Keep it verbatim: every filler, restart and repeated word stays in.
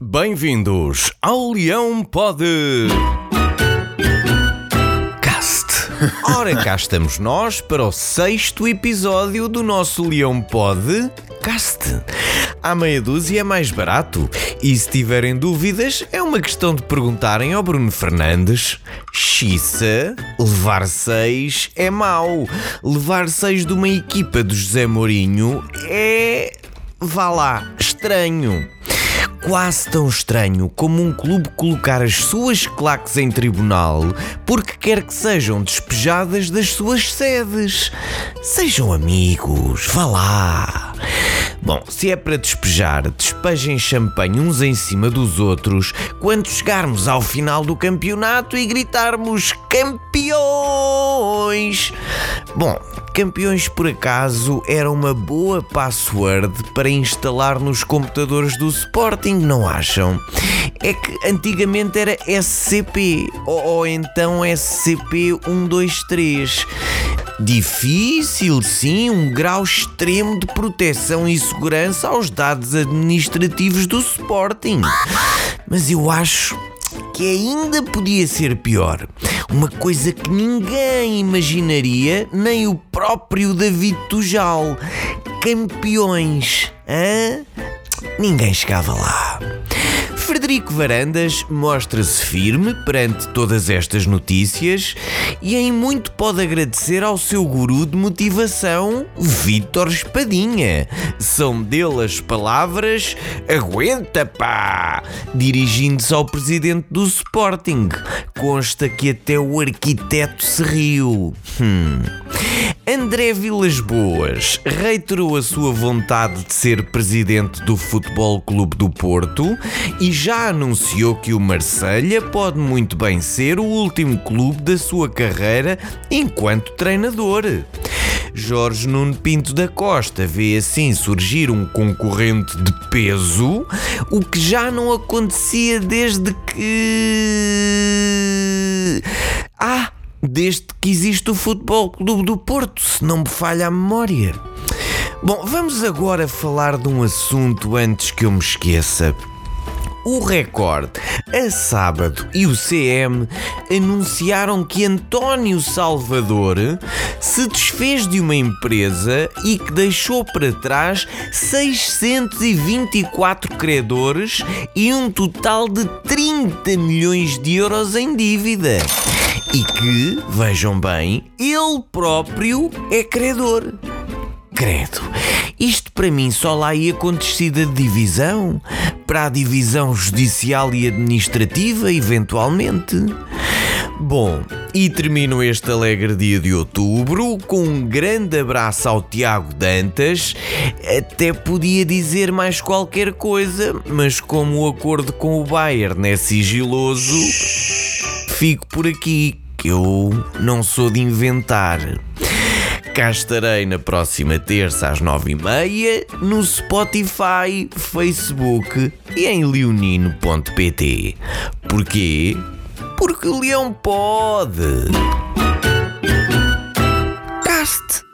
Bem-vindos ao Leão Pod Cast. Ora, cá estamos nós para o sexto episódio do nosso Leão Pod Cast. À meia dúzia é mais barato. E se tiverem dúvidas, é uma questão de perguntarem ao Bruno Fernandes. Xiça, levar seis é mau. Levar seis de uma equipa do José Mourinho é... vá lá, estranho. Quase tão estranho como um clube colocar as suas claques em tribunal porque quer que sejam despejadas das suas sedes. Sejam amigos, vá lá. Bom, se é para despejar, despejem champanhe uns em cima dos outros quando chegarmos ao final do campeonato e gritarmos campeões. Bom, campeões por acaso era uma boa password para instalar nos computadores do Sporting, não acham? É que antigamente era S C P ou, ou então S C P um dois três. Difícil, sim, um grau extremo de proteção e segurança aos dados administrativos do Sporting. Mas eu acho que ainda podia ser pior. Uma coisa que ninguém imaginaria, nem o próprio David Tujal. Campeões, hã? Ninguém chegava lá. Frederico Varandas mostra-se firme perante todas estas notícias e em muito pode agradecer ao seu guru de motivação, Vítor Espadinha. São dele as palavras "aguenta pá", dirigindo-se ao presidente do Sporting. Consta que até o arquiteto se riu. Hum... André Vilas Boas reiterou a sua vontade de ser presidente do Futebol Clube do Porto e já anunciou que o Marselha pode muito bem ser o último clube da sua carreira enquanto treinador. Jorge Nuno Pinto da Costa vê assim surgir um concorrente de peso, o que já não acontecia desde que... Ah! Desde que existe o Futebol Clube do Porto, se não me falha a memória. Bom, vamos agora falar de um assunto antes que eu me esqueça. O Record, a sábado, e o C M anunciaram que António Salvador se desfez de uma empresa e que deixou para trás seiscentos e vinte e quatro credores e um total de trinta milhões de euros em dívida. E que, vejam bem, ele próprio é credor. Credo, isto para mim só lá ia com descida de divisão, para a divisão judicial e administrativa, eventualmente. Bom, e termino este alegre dia de outubro com um grande abraço ao Tiago Dantas. Até podia dizer mais qualquer coisa, mas como o acordo com o Bayern é sigiloso, fico por aqui, que eu não sou de inventar. Cá estarei na próxima terça às nove e meia no Spotify, Facebook e em leonino ponto pt. Porquê? Porque o leão pode. Cast.